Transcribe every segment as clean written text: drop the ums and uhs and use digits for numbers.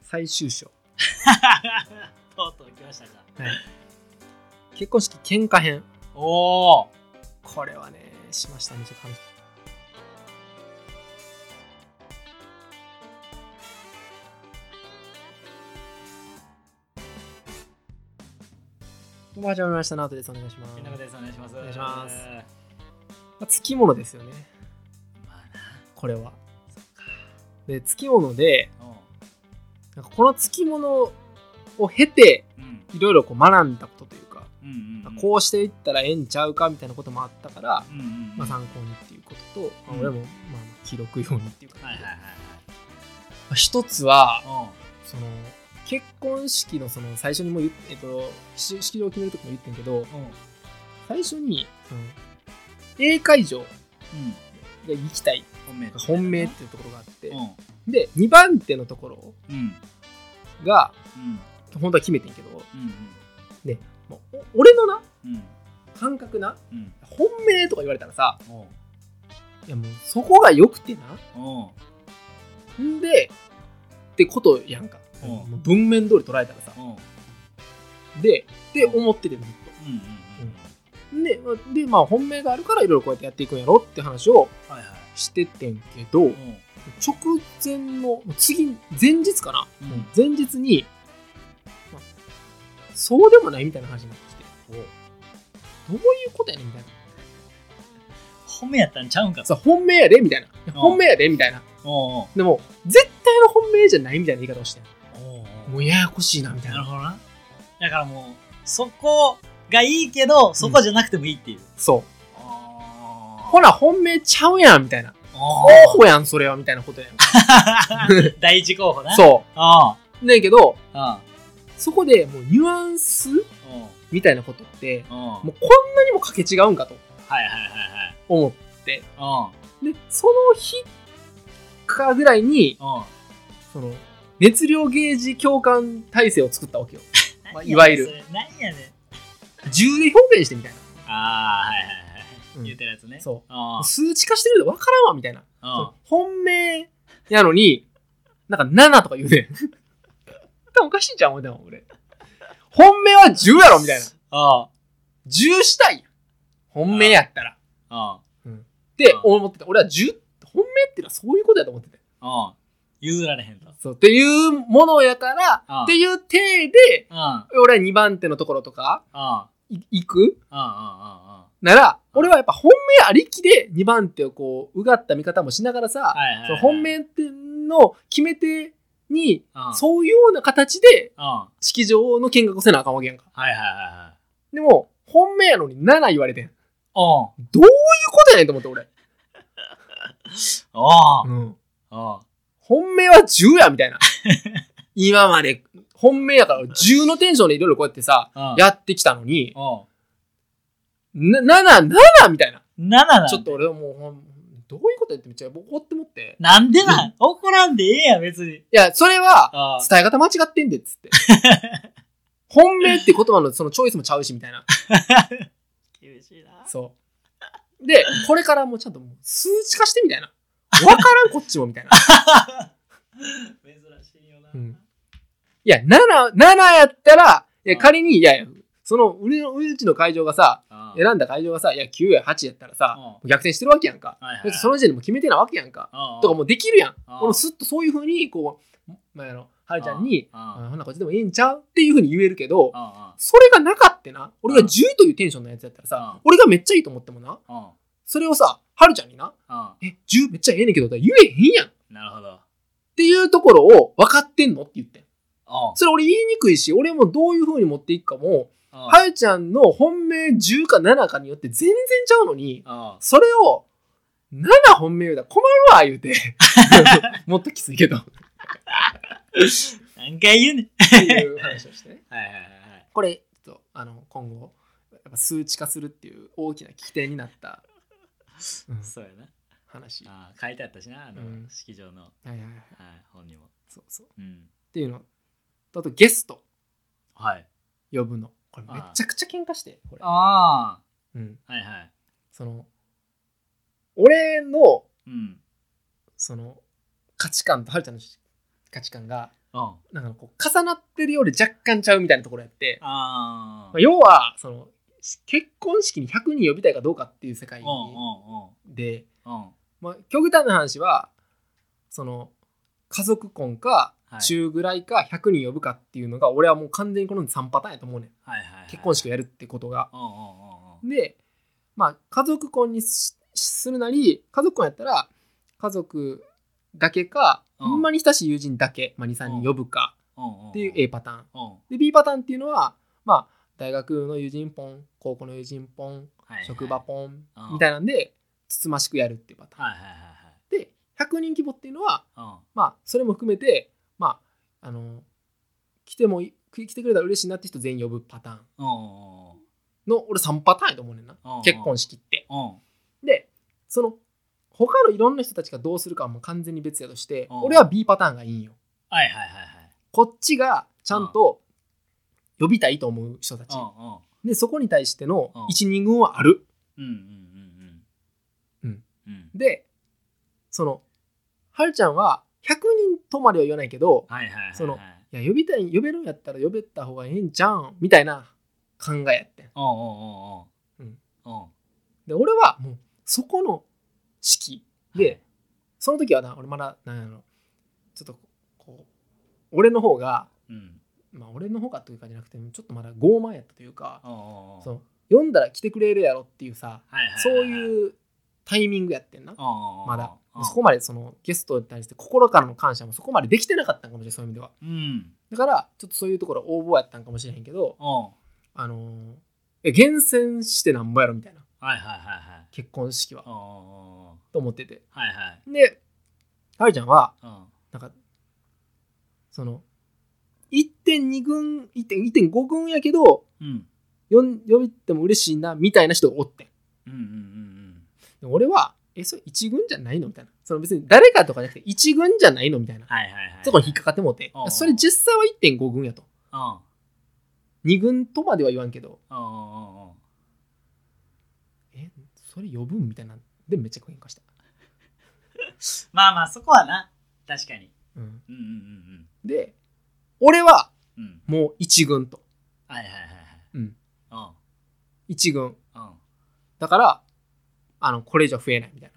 最終章とうとう来ましたか。 はい、結婚式喧嘩編。 おお、 これはねしましたね。ちょっと話始まりました。ナオトです。お願いします。 お願いします。 お願いします。つきものですよね。 まあな、 これは。で、つきもので、なんかこのつきものを経て、いろいろこう学んだことというか、こうしていったらええんちゃうかみたいなこともあったから、まあ、参考にっていうことと、まあ、俺もまあ記録用にっていうか、一つは、その結婚式のその最初にも式場を決めるときも言ってんけど、最初にその A 会場で行きたい、本命っていうところがあって、で2番手のところが、本当は決めてんけど、でもう俺のな、感覚な、本命とか言われたらさ、いやもうそこが良くてな、んでってことやんか、文面通り捉えたらさ、で思っててずっと、でまあ本命があるからいろいろこうやってやっていくんやろって話をしててんけど、直前の前日かな、前日に、まあ、そうでもないみたいな話になってきて、どういうことやねんみたいな。 本命やったんちゃうんか。 さ、本命やでみたいな、本命やでみたいな、でも絶対の本命じゃないみたいな言い方をして、もうややこしいなみたいな。 なるほどな。だからもうそこがいいけど、そこじゃなくてもいいっていう、 そう、ほら本命ちゃうやんみたいな、候補やんそれはみたいなことやん第一候補な。 そうだけど、そこでもうニュアンスみたいなことって、もうこんなにもかけ違うんかと思って、でその日かぐらいに、その熱量ゲージ共感体制を作ったわけよまあ、いわゆる何やねん、 10で表現してみたいな。 言うてるやつね。 そう数値化してると分からんわみたいな。本命やのになんか7とか言うねんおかしいじゃん俺。本命は10やろみたいな。10したい本命やったらって思ってた。俺は10本命ってのはそういうことやと思ってて、 譲られへんと。 そうっていうものやからっていう体で、俺は2番手のところとか行くなら、俺はやっぱ本命ありきで2番手をこううがった見方もしながらさ、その本命っての決め手にそういうような形で式場の見学をせなあかんわけやんか。でも本命やのに7言われてん。どういうことやねんと思って俺。本命は10やみたいな今まで本命やから10のテンションでいろいろこうやってさやってきたのに、7みたいな。ちょっと俺はもうどういうことやってめっちゃ怒って思って。 なんでなん、怒らんでええや別に。 いやそれは伝え方間違ってんでっつって本命って言葉のそのチョイスもちゃうしみたいな厳しいな。 そうでこれからもうちゃんともう数値化してみたいな、分からんこっちもみたいな珍しいよな、 いや7やったら、いや仮にいやそのうちの会場がさ、選んだ会場がさ、いや9や8やったらさ、逆転してるわけやんか。その時点でも決めてないわけやんか。とかもうできるやん。俺もすっとそういう風にこうはるちゃんにほんなこっちでもいいんちゃうっていう風に言えるけど、それがなかってな、俺が10というテンションのやつやったらさ、俺がめっちゃいいと思ってもな、それをさはるちゃんにな、10めっちゃええねんけど言えへんやん。 なるほど。 っていうところを分かってんのって言ってん。それ俺言いにくいし、俺もどういう風に持っていくかも、はゆちゃんの本命10か7かによって全然ちゃうのに、それを7本命言うたら困るわ言うてもっときついけど何回言うねんっていう話をしてねこれちょっと今後やっぱ数値化するっていう大きな起点になった、 そうやな話。 書いてあったしな式場の本にも。 そう、っていうのと、あとゲスト呼ぶの、これめちゃくちゃ喧嘩してこれ。その俺のその価値観とはるちゃんの価値観がうんなんかこう重なってるより若干ちゃうみたいなところやって、 あ要はその結婚式に100人呼びたいかどうかっていう世界で、まあ、極端な話はその家族婚か中ぐらいか100人呼ぶかっていうのが俺はもう完全にこの3パターンやと思うねん、結婚式をやるってことが。でまあ家族婚にするなり、家族婚やったら家族だけかほんまに親しい友人だけ、まあ、2、3人呼ぶかっていう A パターンで、 B パターンっていうのはまあ大学の友人ポン、高校の友人ポン、職場ポンみたいなんでつつましくやるっていうパターンで、100人規模っていうのはまあそれも含めてまあ来てくれたら嬉しいなって人全員呼ぶパターンの俺3パターンやと思うねんな、結婚式って。でその他のいろんな人たちがどうするかはもう完全に別やとして、俺は B パターンがいいんよ。こっちがちゃんと呼びたいと思う人たちで、そこに対しての1、2軍はある。でそのはるちゃんは100人とまでは言わないけど、そのいや呼べるんやったら呼べた方がええんちゃうんみたいな考えやってん。で俺はもうそこの式で、その時はな俺まだなんやろちょっとこう俺の方が、まあ俺の方がというかじゃなくてちょっとまだ傲慢やったというか、その呼んだら来てくれるやろっていうさ、そういうタイミングやってんな、まだそこまでそのゲストに対して心からの感謝もそこまでできてなかったんかもしれない、そういう意味では、だからちょっとそういうところ応募やったんかもしれへんけど、厳選してなんぼやろみたいな、結婚式はと思ってて、ではるちゃんはなんかその 1.2 軍 1.5 軍やけど、呼びても嬉しいなみたいな人がおってん、俺はそれ1軍じゃないのみたいな、その別に誰かとかじゃなくて1軍じゃないのみたいな、そこに引っかかってもうて、それ実際は 1.5 軍やと、2軍とまでは言わんけど、それ呼ぶんみたいなでめっちゃ喧嘩したまあまあそこはな確かに、 で俺はもう1軍と、1軍だからこれ以上増えないみたい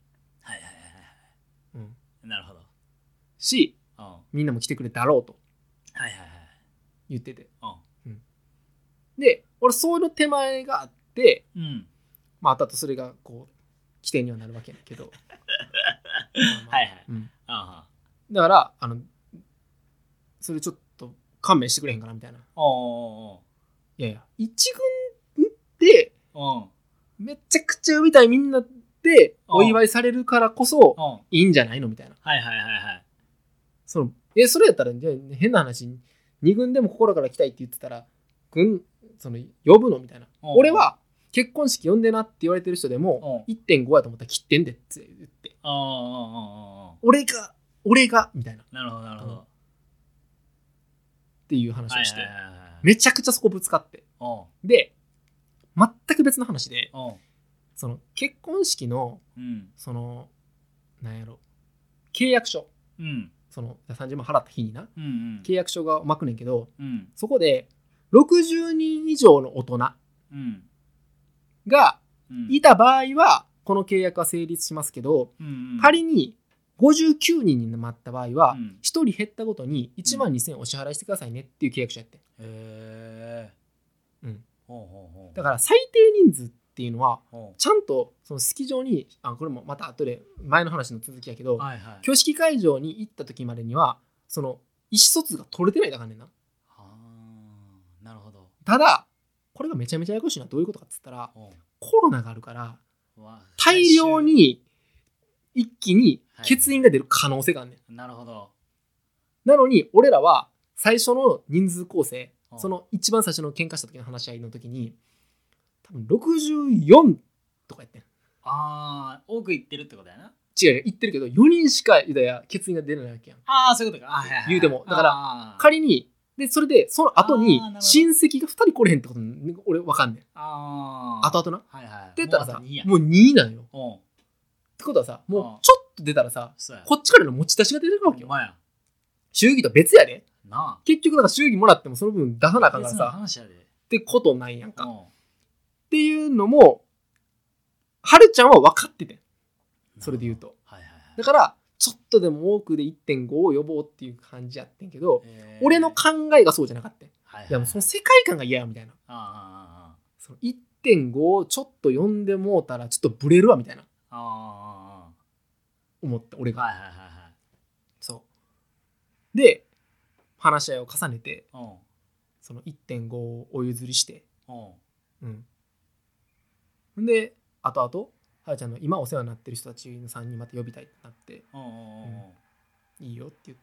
な、 なるほどし、みんなも来てくれだろうと言ってて、で俺そういう手前があって、まああとそれがこう起点にはなるわけだけどだからそれちょっと勘弁してくれへんかなみたいな、いやいや一軍ってめちゃくちゃ呼びたいみんなでお祝いされるからこそいいんじゃないのみたいな、そのそれやったら変な話2軍でも心から来たいって言ってたらその呼ぶのみたいな、俺は結婚式呼んでなって言われてる人でも 1.5 やと思ったら切ってんでって言って、俺がみたいな、 なるほどなるほどっていう話をして、めちゃくちゃそこぶつかって、で全く別の話で、その結婚式のそのなんやろ契約書、その30万払った日にな、契約書が巻くねんけど、そこで60人以上の大人がいた場合はこの契約は成立しますけど、仮に59人になった場合は1人減ったごとに1万2000円お支払いしてくださいねっていう契約書やって、だから最低人数っていうのはちゃんとその式場にこれもまた後で前の話の続きやけど、挙式会場に行った時までにはその意思疎通が取れてないだからねんな。 なるほど。 ただこれがめちゃめちゃややこしいのはどういうことかっつったら、コロナがあるから大量に一気に欠員が出る可能性があるねん。 なるほど。 なのに俺らは最初の人数構成、その一番最初の喧嘩した時の話し合いの時に多分64とかやってん。 多く言ってるってことやな。 違う言ってるけど4人しか欠員が出ないわけやん。 そういうことか。 言うてもだから仮にでそれでその後に親戚が2人来れへんってことに俺分かんねん。後々な。って言ったらさもう2なんよ。ってことはさもうちょっと出たらさこっちからの持ち出しが出てくるわけよ。 祝儀と別やで。 なあ。 結局だから祝儀もらってもその分出さなあかんから別のさ。 話やで。 ってことないやんか。 うんっていうのも、はるちゃんは分かっててん。それで言うと。 はいはいはい。 だから、ちょっとでも多くで 1.5 を呼ぼうっていう感じやってんけど、俺の考えがそうじゃなかったん。 はいはいはい、 いやもうその世界観が嫌やみたいな。その 1.5 をちょっと呼んでもうたらちょっとブレるわみたいな。思った俺が。 はいはいはいはい。 そう。で、話し合いを重ねて、その 1.5 をお譲りして、うん。で、後々、はるちゃんの今お世話になってる人たちの3人また呼びたいってなって、いいよって言って。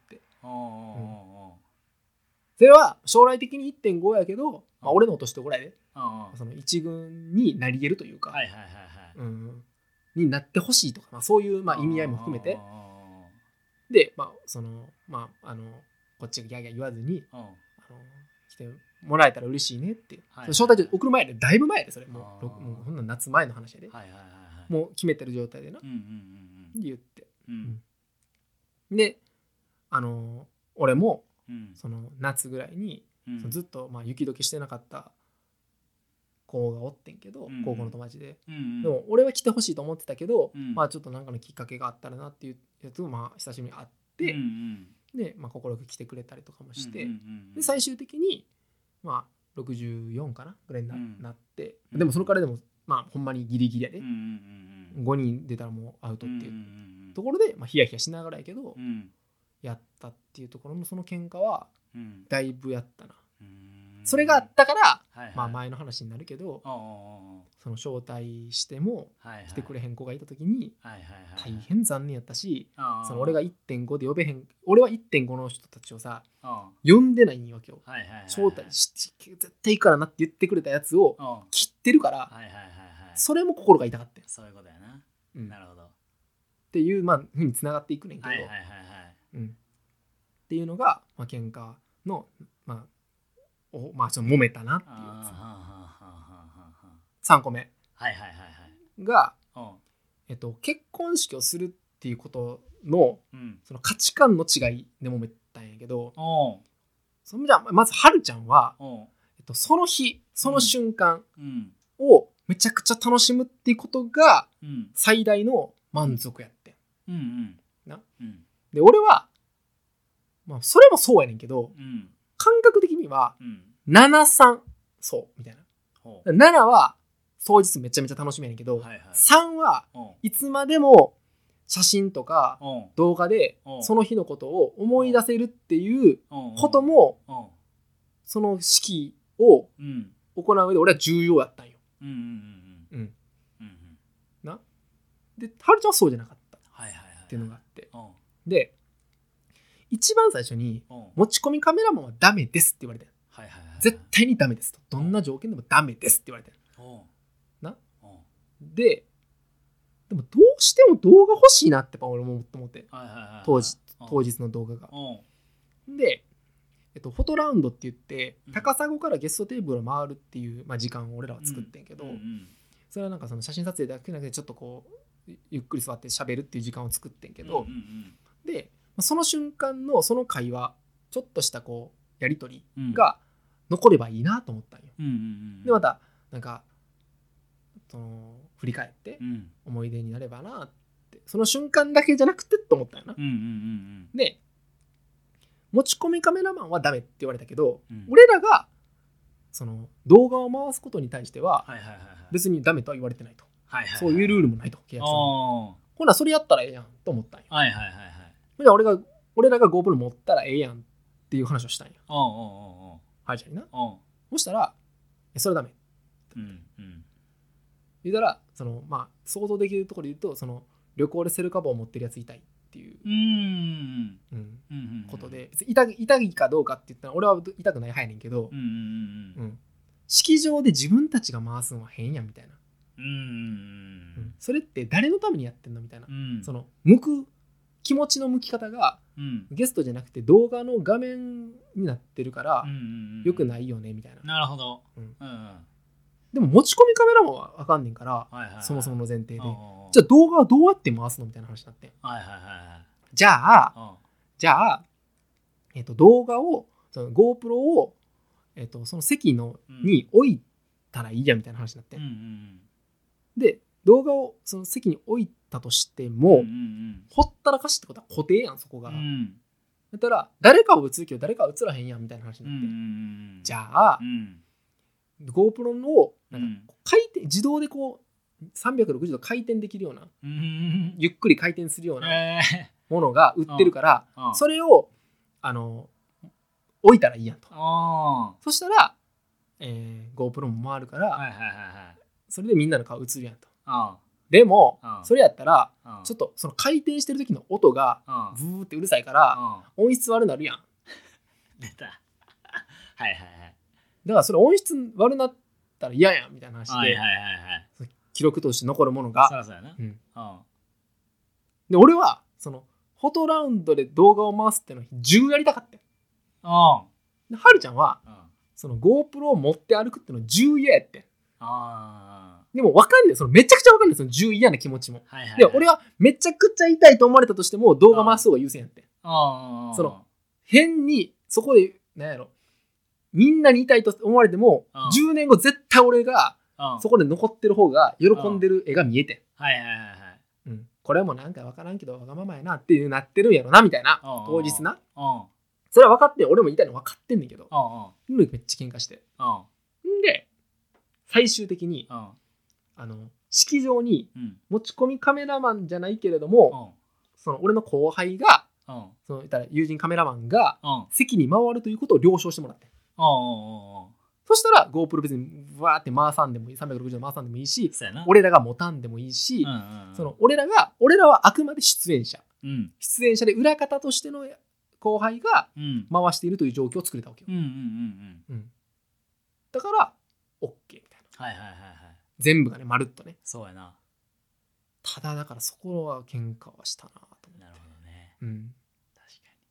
それは将来的に 1.5 やけど、まあ、俺の落としとこらいで、その一軍になり得るというか、になってほしいとか、まあ、そういうまあ意味合いも含めて、で、まあそのまあこっちがギャーギャー言わずに、来てもらえたら嬉しいねって、招待状送る前でだいぶ前でそれもうほんな夏前の話やで、もう決めてる状態でな、言って、で俺もその夏ぐらいに、ずっとまあ雪解けしてなかった子がおってんけど、高校の友達で、でも俺は来てほしいと思ってたけど、まあちょっとなんかのきっかけがあったらなっていうやつをまあ久しぶりに会って、でまあ快く来てくれたりとかもして、で最終的にまあ64かなぐらいになって、でもそのからでもまあほんまにギリギリやで、5人出たらもうアウトっていうところで、まあヒヤヒヤしながらやけど、やったっていうところのその喧嘩はだいぶやったな。それがあったから、まあ前の話になるけど、その招待しても来てくれへん子がいた時に大変残念やったし、その俺が 1.5 で呼べへん、俺は 1.5 の人たちをさ呼んでないわけよ。招待して絶対いいからなって言ってくれたやつを切ってるから、それも心が痛かった。 そういうことやな。なるほど。 っていうまあふうに繋がっていくねんけど、っていうのがまあ喧嘩のまあちょっと揉めたなっていうやつ。3個目が、結婚式をするっていうことの、その価値観の違いで揉めたんやけど、それじゃまずはるちゃんは、その日その瞬間をめちゃくちゃ楽しむっていうことが最大の満足やってん。で俺はまあそれもそうやねんけど、感覚的には7-3そうみたいな。7は当日めちゃめちゃ楽しみやねんけど、3はいつまでも写真とか動画でその日のことを思い出せるっていうこともその式を行う上で俺は重要やったんよ。なではるちゃんはそうじゃなかったっていうのがあって、で一番最初に持ち込みカメラマンはダメですって言われて、絶対にダメですと、どんな条件でもダメですって言われてな。でもどうしても動画欲しいなって俺も思って、当日の動画が。でフォトラウンドって言って高砂からゲストテーブルを回るっていう、まあ、時間を俺らは作ってんけど、それはなんかその写真撮影だけじゃなくてちょっとこうゆっくり座って喋るっていう時間を作ってんけど、でその瞬間のその会話ちょっとしたこうやり取りが残ればいいなと思ったんよ。でまたなんかその振り返って思い出になればなって、その瞬間だけじゃなくてと思ったよな。で持ち込みカメラマンはダメって言われたけど、俺らがその動画を回すことに対しては別にダメとは言われてないと、そういうルールもないと契約書に。ほなそれやったらええやんと思ったんよ。じゃあ俺らが GoPro 持ったらええやんっていう話をしたんや。はいじゃあな。そしたらそれダメ。言うたらそのまあ想像できるところで言うと、その旅行でセルカバーを持ってるやついたいっていうことで、痛いかどうかって言ったら俺は痛くない派やねんけど、式場で自分たちが回すのは変やんみたいな。それって誰のためにやってんのみたいな。その向く気持ちの向き方がゲストじゃなくて動画の画面になってるからよくないよねみたいな。 なるほど。 でも持ち込みカメラマンはあかんねんから、そもそもの前提で、じゃあ動画はどうやって回すのみたいな話になって、じゃあ動画をその GoPro を、その席に置いたらいいやみたいな話になって、で動画をその席に置いたとしても、ほったらかしってことは固定やんそこが、だったら誰かは映るけど誰かは映らへんやんみたいな話になって、じゃあ、GoPro のなんか回転自動でこう360度回転できるような、ゆっくり回転するようなものが売ってるから、それを置いたらいいやんと。そしたら、GoPro も回るから、それでみんなの顔映るやんと。でも、それやったら、ちょっとその回転してる時の音がブーってうるさいから、音質悪なるやん。 出た。はいはいはい。 だからそれ音質悪なったら嫌やんみたいな話で、記録として残るものが。 そうやな。 で俺はそのフォトラウンドで動画を回すっていうのを10やりたかったよ。はるちゃんはその GoPro を持って歩くっていうのを10嫌やって。でも分かんない、そのめちゃくちゃ分かんない、その10嫌な気持ちも。で俺はめちゃくちゃ痛いと思われたとしても動画回す方が優先やって。その変にそこでなんやろ、みんなに痛いと思われても10年後絶対俺がそこで残ってる方が喜んでる絵が見えて、これもなんか分からんけどわがままやなっていうなってるんやろなみたいな、当日な、それは分かってん、俺も言いたいの分かってんねんけど、めっちゃ喧嘩して、で最終的に式場に持ち込みカメラマンじゃないけれども、その俺の後輩が、その言ったら友人カメラマンが席に回るということを了承してもらって、そしたら GoPro 別にわーって回さんでもいい、360度回さんでもいいし、俺らが持たんでもいいし、その俺らはあくまで出演者で裏方としての後輩が回しているという状況を作れたわけよ。だから OK みたいな、全部がねまるっとね。 そうやな。 ただだからそこは喧嘩はしたなと思って。 なるほどね。確かに。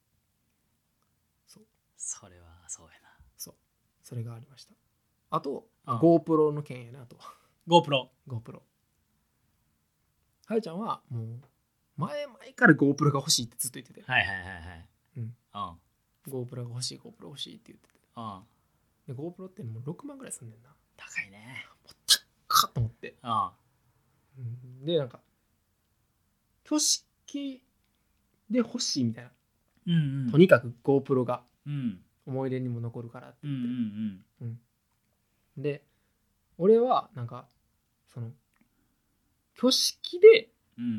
それはそうやな。 それがありました。あと、GoPro の件やなと。 GoPro。 はるちゃんはもう前々から GoPro が欲しいってずっと言ってて。GoPro が欲しいって言ってて。で GoPro ってもう6万ぐらいすんねんな。 高いね。 もう高っと思って。でなんか挙式で欲しいみたいな。とにかく GoPro が。思い出にも残るからって言って、で俺はなんかその挙式で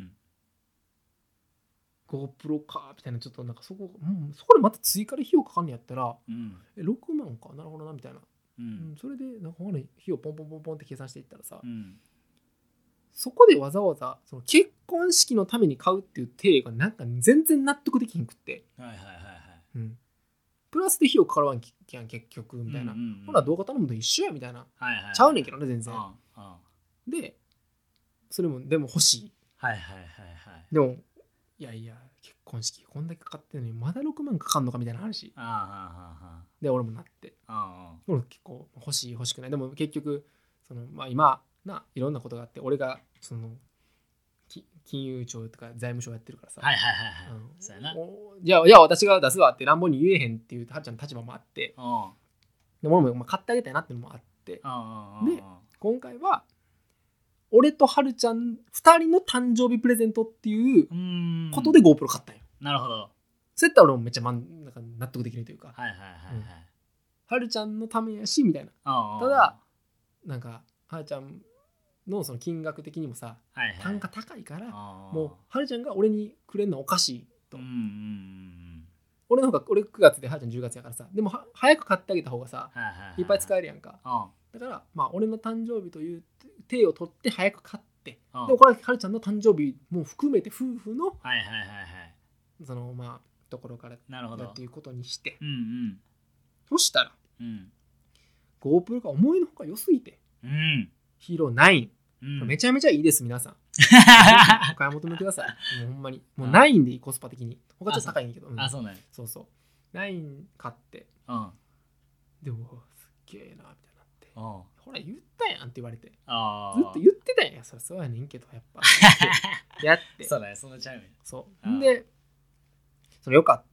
GoPro かみたいな、ちょっとなんかそこでまた追加で費用かかんねやったら、6万かなるほどなみたいな、それでなんか費用ポンポンポンポンって計算していったらさ、そこでわざわざその結婚式のために買うっていう体がなんか全然納得できひんくって、プラスで費用かからんきゃん結局みたいな、ほら動画頼むと一緒やみたいな、ちゃうねんけどね全然、でそれもでも欲しい、でもいや結婚式こんだけかかってるのにまだ6万かかんのかみたいな話で俺もなって、俺結構欲しい欲しくない、でも結局その、今ないろんなことがあって俺がその金融庁とか財務省やってるからさ、じゃあ私が出すわって乱暴に言えへんっていうはるちゃんの立場もあって、で俺も買ってあげたいなっていうのもあって、で今回は俺とはるちゃん2人の誕生日プレゼントっていうことで GoPro 買ったんよ。 なるほど。 そうやったら俺もめっちゃなんか納得できるというか、はるちゃんのためやしみたいな。ただなんかはるちゃんのその金額的にもさ、単価高いからもうはるちゃんが俺にくれるのはおかしいと、俺の方が俺9月ではるちゃん10月やからさ、でも早く買ってあげた方がさ、いっぱい使えるやんか、だから俺の誕生日という手を取って早く買って、でもこれははるちゃんの誕生日も含めて夫婦のそのところからやっていうことにして、そしたら、GoPro が思いのほか良すぎて、ヒーロー9、めちゃめちゃいいです皆さん。お買い求めください。もうほんまにもう9でいい、コスパ的に。他ちょっと高いんやけど。 そうね。 そう9買って、でもすっげえなみたいになって、ほら言ったやんって言われて、ずっと言ってたやん。そうやねんけどやっぱやってそうだよ、そんなちゃうねん。 そうでそれよかっ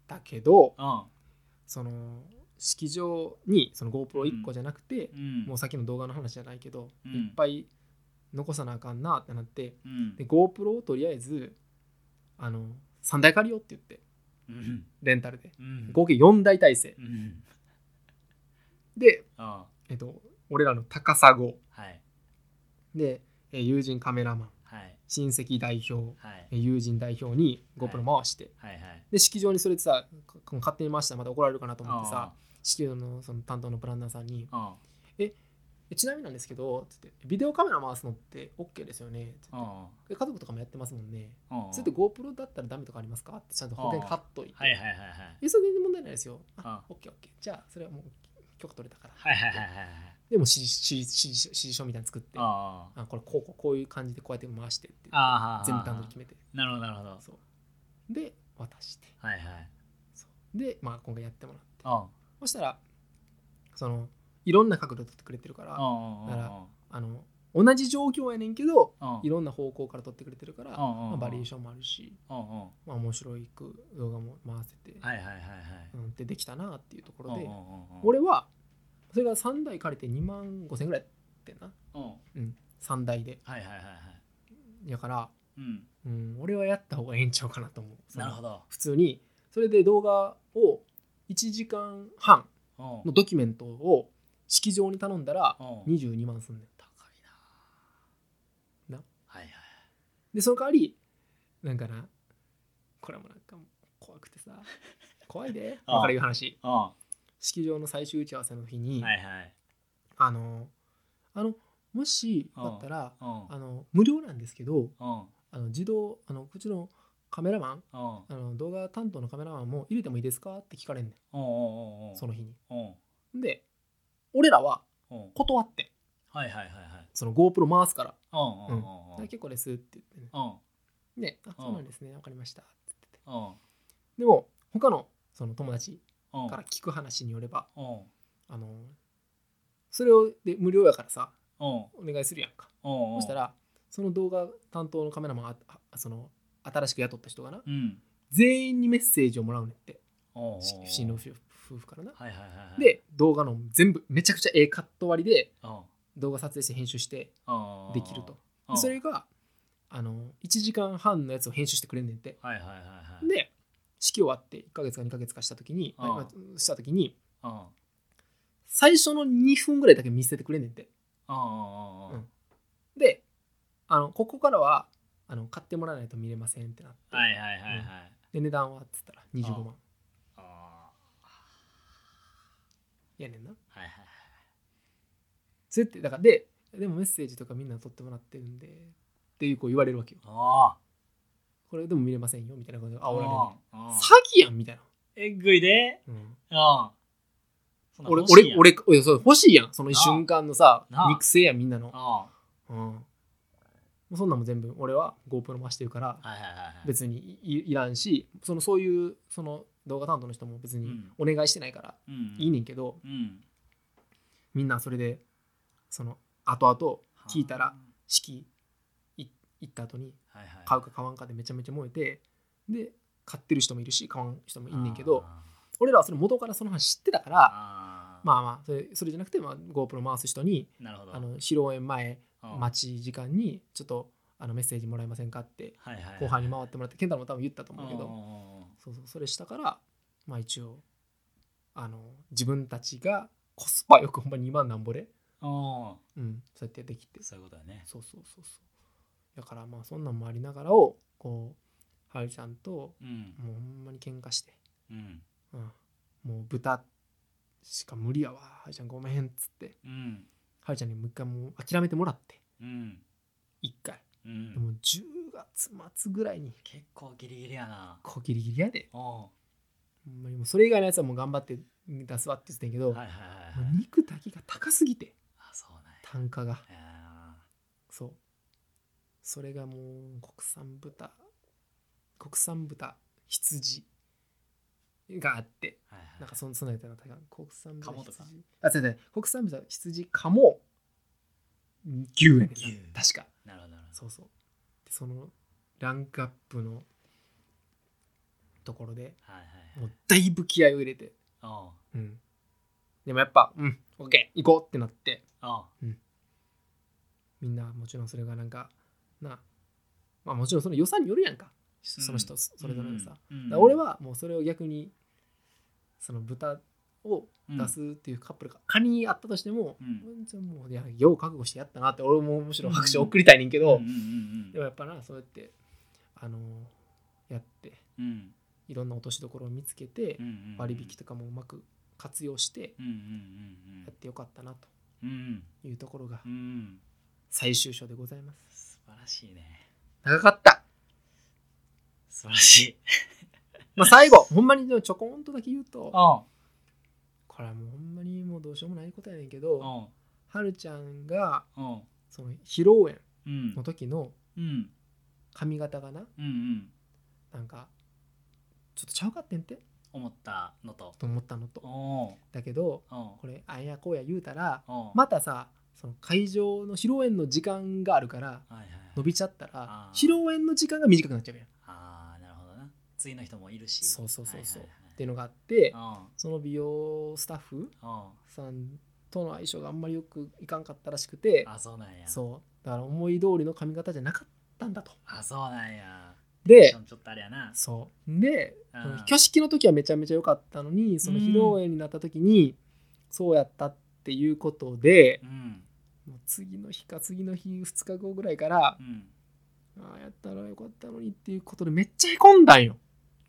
たけど、 うんその式場にその GoPro1 個じゃなくて、 うんもうさっきの動画の話じゃないけど、 うんいっぱい残さなあかんなってなって、 うんで GoPro をとりあえず3台借りようって言ってうんレンタルでうん合計4台体制うんで、 あ俺らの高砂はいで友人カメラマンはい親戚代表はい友人代表に GoPro 回して、 はいはいで式場にそれでさ勝手に回したらまた怒られるかなと思ってさあ式場のその担当のプランナーさんにあちなみになんですけどつってビデオカメラ回すのって OK ですよねつってあで家族とかもやってますもんねあそれって GoPro だったらダメとかありますかってちゃんと保険貼っといてはいはいはいはいそれ全然問題ないですよあ OK じゃあそれはもう許可取れたからはいはいはいはいでも指示書みたいなの作ってあこれこういう感じでこうやって回してってあ全部段取り決めてなるほどなるほどそうで渡してはいはいそうで今回やってもらってあそしたらいろんな角度撮ってくれてるからだあから同じ状況やねんけどあいろんな方向から撮ってくれてるからバリエーションもあるしあ面白い動画も回せてはいはいはいはいでできたなっていうところで俺俺はそれが3台借りて2万5千ぐらいやってんな3台ではいはいはいはいだからうん俺はやった方がええんちゃうかなと思うなるほど普通にそれで動画を1時間半のドキュメントを式場に頼んだら22万すんねん高いなはいはいでその代わりなんかなこれもなんか怖くてさ怖いで分かるいう話式場の最終打ち合わせの日にはいはいもしだったらうん無料なんですけどうん自動うちのカメラマンうん動画担当のカメラマンも入れてもいいですかって聞かれんねんその日にで俺らは断ってはいはいはいはいその GoPro 回すからうん結構ですって言ってねでそうなんですね分かりましたって言っててでも他のその友達から聞く話によればそれをで無料やからさお願いするやんかそしたらその動画担当のカメラマン新しく雇った人がな全員にメッセージをもらうねんって不審の夫婦からなで動画の全部めちゃくちゃカット割りで動画撮影して編集してできるとでそれが1時間半のやつを編集してくれんねんてで式終わって1ヶ月か2ヶ月かした時に最初の2分ぐらいだけ見せてくれんねんてでここからは買ってもらわないと見れませんってなってで値段はっつったら25万やねんなそれってだからでもメッセージとかみんな取ってもらってるんでっていう言われるわけよこれでも見れませんよみたいなことで煽られる詐欺やんみたいなえぐいで俺そう欲しいやんその瞬間のさ肉声やんみんなのそんなんも全部俺は GoPro 回してるから別にいらんしそういうその動画担当の人も別にお願いしてないからいいねんけどみんなそれでその後々聞いたら式行った後に買うか買わんかでめちゃめちゃ燃えてで買ってる人もいるし買わん人もいんねんけど俺らはそれ元からその話知ってたからまあそれじゃなくてGoPro 回す人に披露宴前待ち時間にちょっとメッセージもらえませんかって後輩に回ってもらって健太郎も多分言ったと思うけどそれしたから一応自分たちがコスパよくほんまに2万なんぼでそうやってできてそういうことだねそうだからそんなんもありながらをはるちゃんともうほんまに喧嘩してもう豚しか無理やわはるちゃんごめんっつってはるちゃんにもう一回もう諦めてもらって一回でも10月末ぐらいに結構ギリギリやなギリギリやでほんまにもうそれ以外のやつはもう頑張って出すわって言ってんけど肉だけが高すぎて単価がそうそれがもう国産豚羊があってなんかそんなやったら国産豚羊国産豚羊鴨牛やねん確かそうでそのランクアップのところで、 はいはいもうだいぶ気合を入れて、 うんうん、でもやっぱオッケー行こうってなって、みんなもちろんそれがなんかまあもちろんその予算によるやんか、その人それぞれのさ、だから俺はもうそれを逆にその豚を出すっていうカップルが仮にあったとしても、もういやよう覚悟してやったなって俺もむしろ拍手を送りたいねんけど、でもやっぱなそうやってやって、いろんな落としどころを見つけて、割引とかもうまく活用してやってよかったなというところが最終章でございます。 素晴らしいね。 長かった。 素晴らしい。 まあ最後ほんまにちょこんとだけ言うと、これはもうほんまにもうどうしようもないことやねんけど、はるちゃんがその披露宴の時の髪型がな、なんかちょっとちゃうかってんって思ったのとだけど、これあんやこうや言うたらまたさ、その会場の披露宴の時間があるから伸びちゃったら披露宴の時間が短くなっちゃうやん。 なるほどな。次の人もいるし、 そうっていうのがあって、その美容スタッフさんとの相性があんまりよくいかんかったらしくて、 そうなんや。 そうだから思い通りの髪型じゃなかったんだと。 そうなんや。 でちょっとあれやな。 そうで、挙式の時はめちゃめちゃ良かったのに、その披露宴になった時にそうやったっていうことで、もう次の日か次の日2日後ぐらいから、やったらよかったのにっていうことでめっちゃへこんだんよ。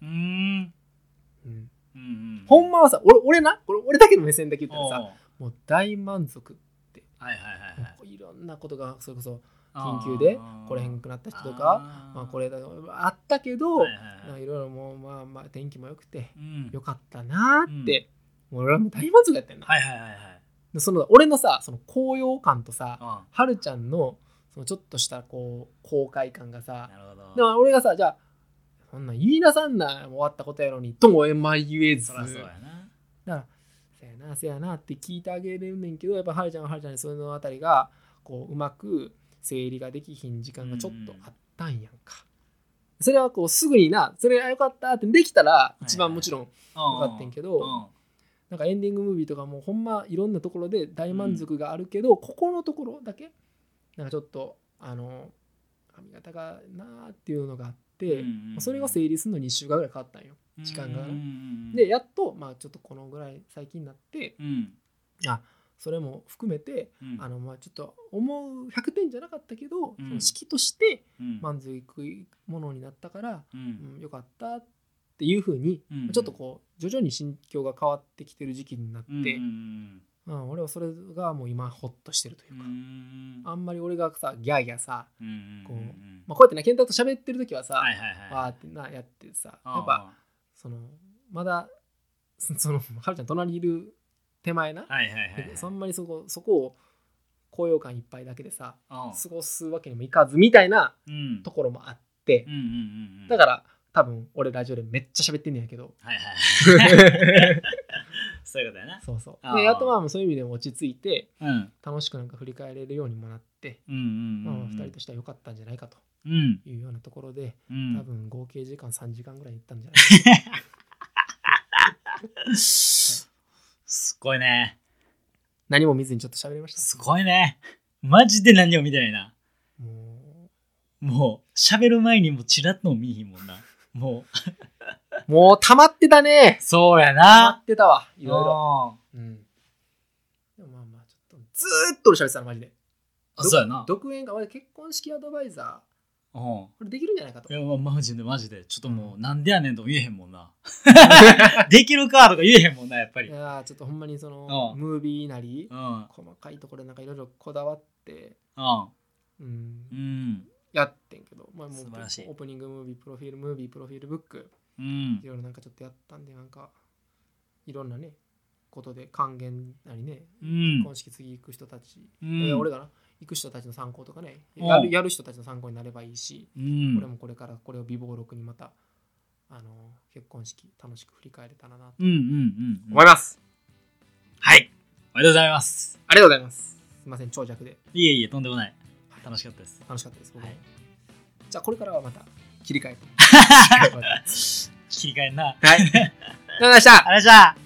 ほんまはさ、俺だけの目線で言ったらさ、もう大満足って、いろんなことがそれこそ緊急で来れへんくなった人とか、これあったけど、いろいろもうまあ天気も良くてよかったなーって、俺はもう大満足やったんだ。その俺のさ、その高揚感とさ、はるちゃんのそのちょっとしたこう公開感がさ、でも俺がさ、じゃあそんなん言いなさんな終わったことやのにとも言えず、だからせやなって聞いてあげれるねんけど、やっぱはるちゃんははるちゃんにそういうのあたりがこううまく整理ができひん時間がちょっとあったんやんか。それはこうすぐにな、それがよかったってできたら一番もちろんよかったんけど、なんかエンディングムービーとかもほんまいろんなところで大満足があるけど、ここのところだけなんかちょっと髪型がなーっていうのがあって、それが整理するのに1週間ぐらいかかったんよ、時間が。でやっとまあちょっとこのぐらい最近になって、それも含めて、まあちょっと思う100点じゃなかったけど、その式として満足いくものになったから、よかったっていう風に、ちょっとこう徐々に心境が変わってきてる時期になって、俺はそれがもう今ホッとしてるというか、あんまり俺がさギャーギャーさ、こうやってな健太と喋ってる時はさ、わーってなやってさ、やっぱそのまだそのはるちゃん隣にいる手前な、あんまりそこを高揚感いっぱいだけでさ過ごすわけにもいかずみたいなところもあって、だから多分俺ラジオでめっちゃ喋ってんねんやけど、 そういうことやな。 でやっとまあそういう意味でも落ち着いて、楽しくなんか振り返れるようにもなって、2人としては良かったんじゃないかというようなところで、多分合計時間3時間ぐらいいったんじゃないかな。 すごいね。 何も見ずにちょっと喋りました。 すごいね。マジで何も見てないな。もう喋る前にもチラッとも見えへんもんな。もう溜まってたね。 そうやな。 溜まってたわ。いろいろ。でもまあちょっとずーっと俺喋ってたのマジで。 そうやな。 独演会、俺結婚式アドバイザー。これできるんじゃないかと。 いやマジでちょっともうなんでやねんとも言えへんもんな。できるかとか言えへんもんな、やっぱり。 いやちょっとほんまにそのムービーなり細かいところでなんかいろいろこだわってやってんけど、まあもうオープニングムービープロフィールブックいろいろなんかちょっとやったんで、なんかいろんなねことで還元なりね、結婚式次行く人たち、俺がな行く人たちの参考とかね、やる人たちの参考になればいいし、俺もこれからこれを備忘録にまた結婚式楽しく振り返れたらなと思います。 はい、ありがとうございます。 ありがとうございます。すいません長尺で。 いえとんでもない。楽しかったです。 僕も。じゃあこれからはまた切り替えて切り替えんな。 はい。ありがとうございました。 ありがとうございました。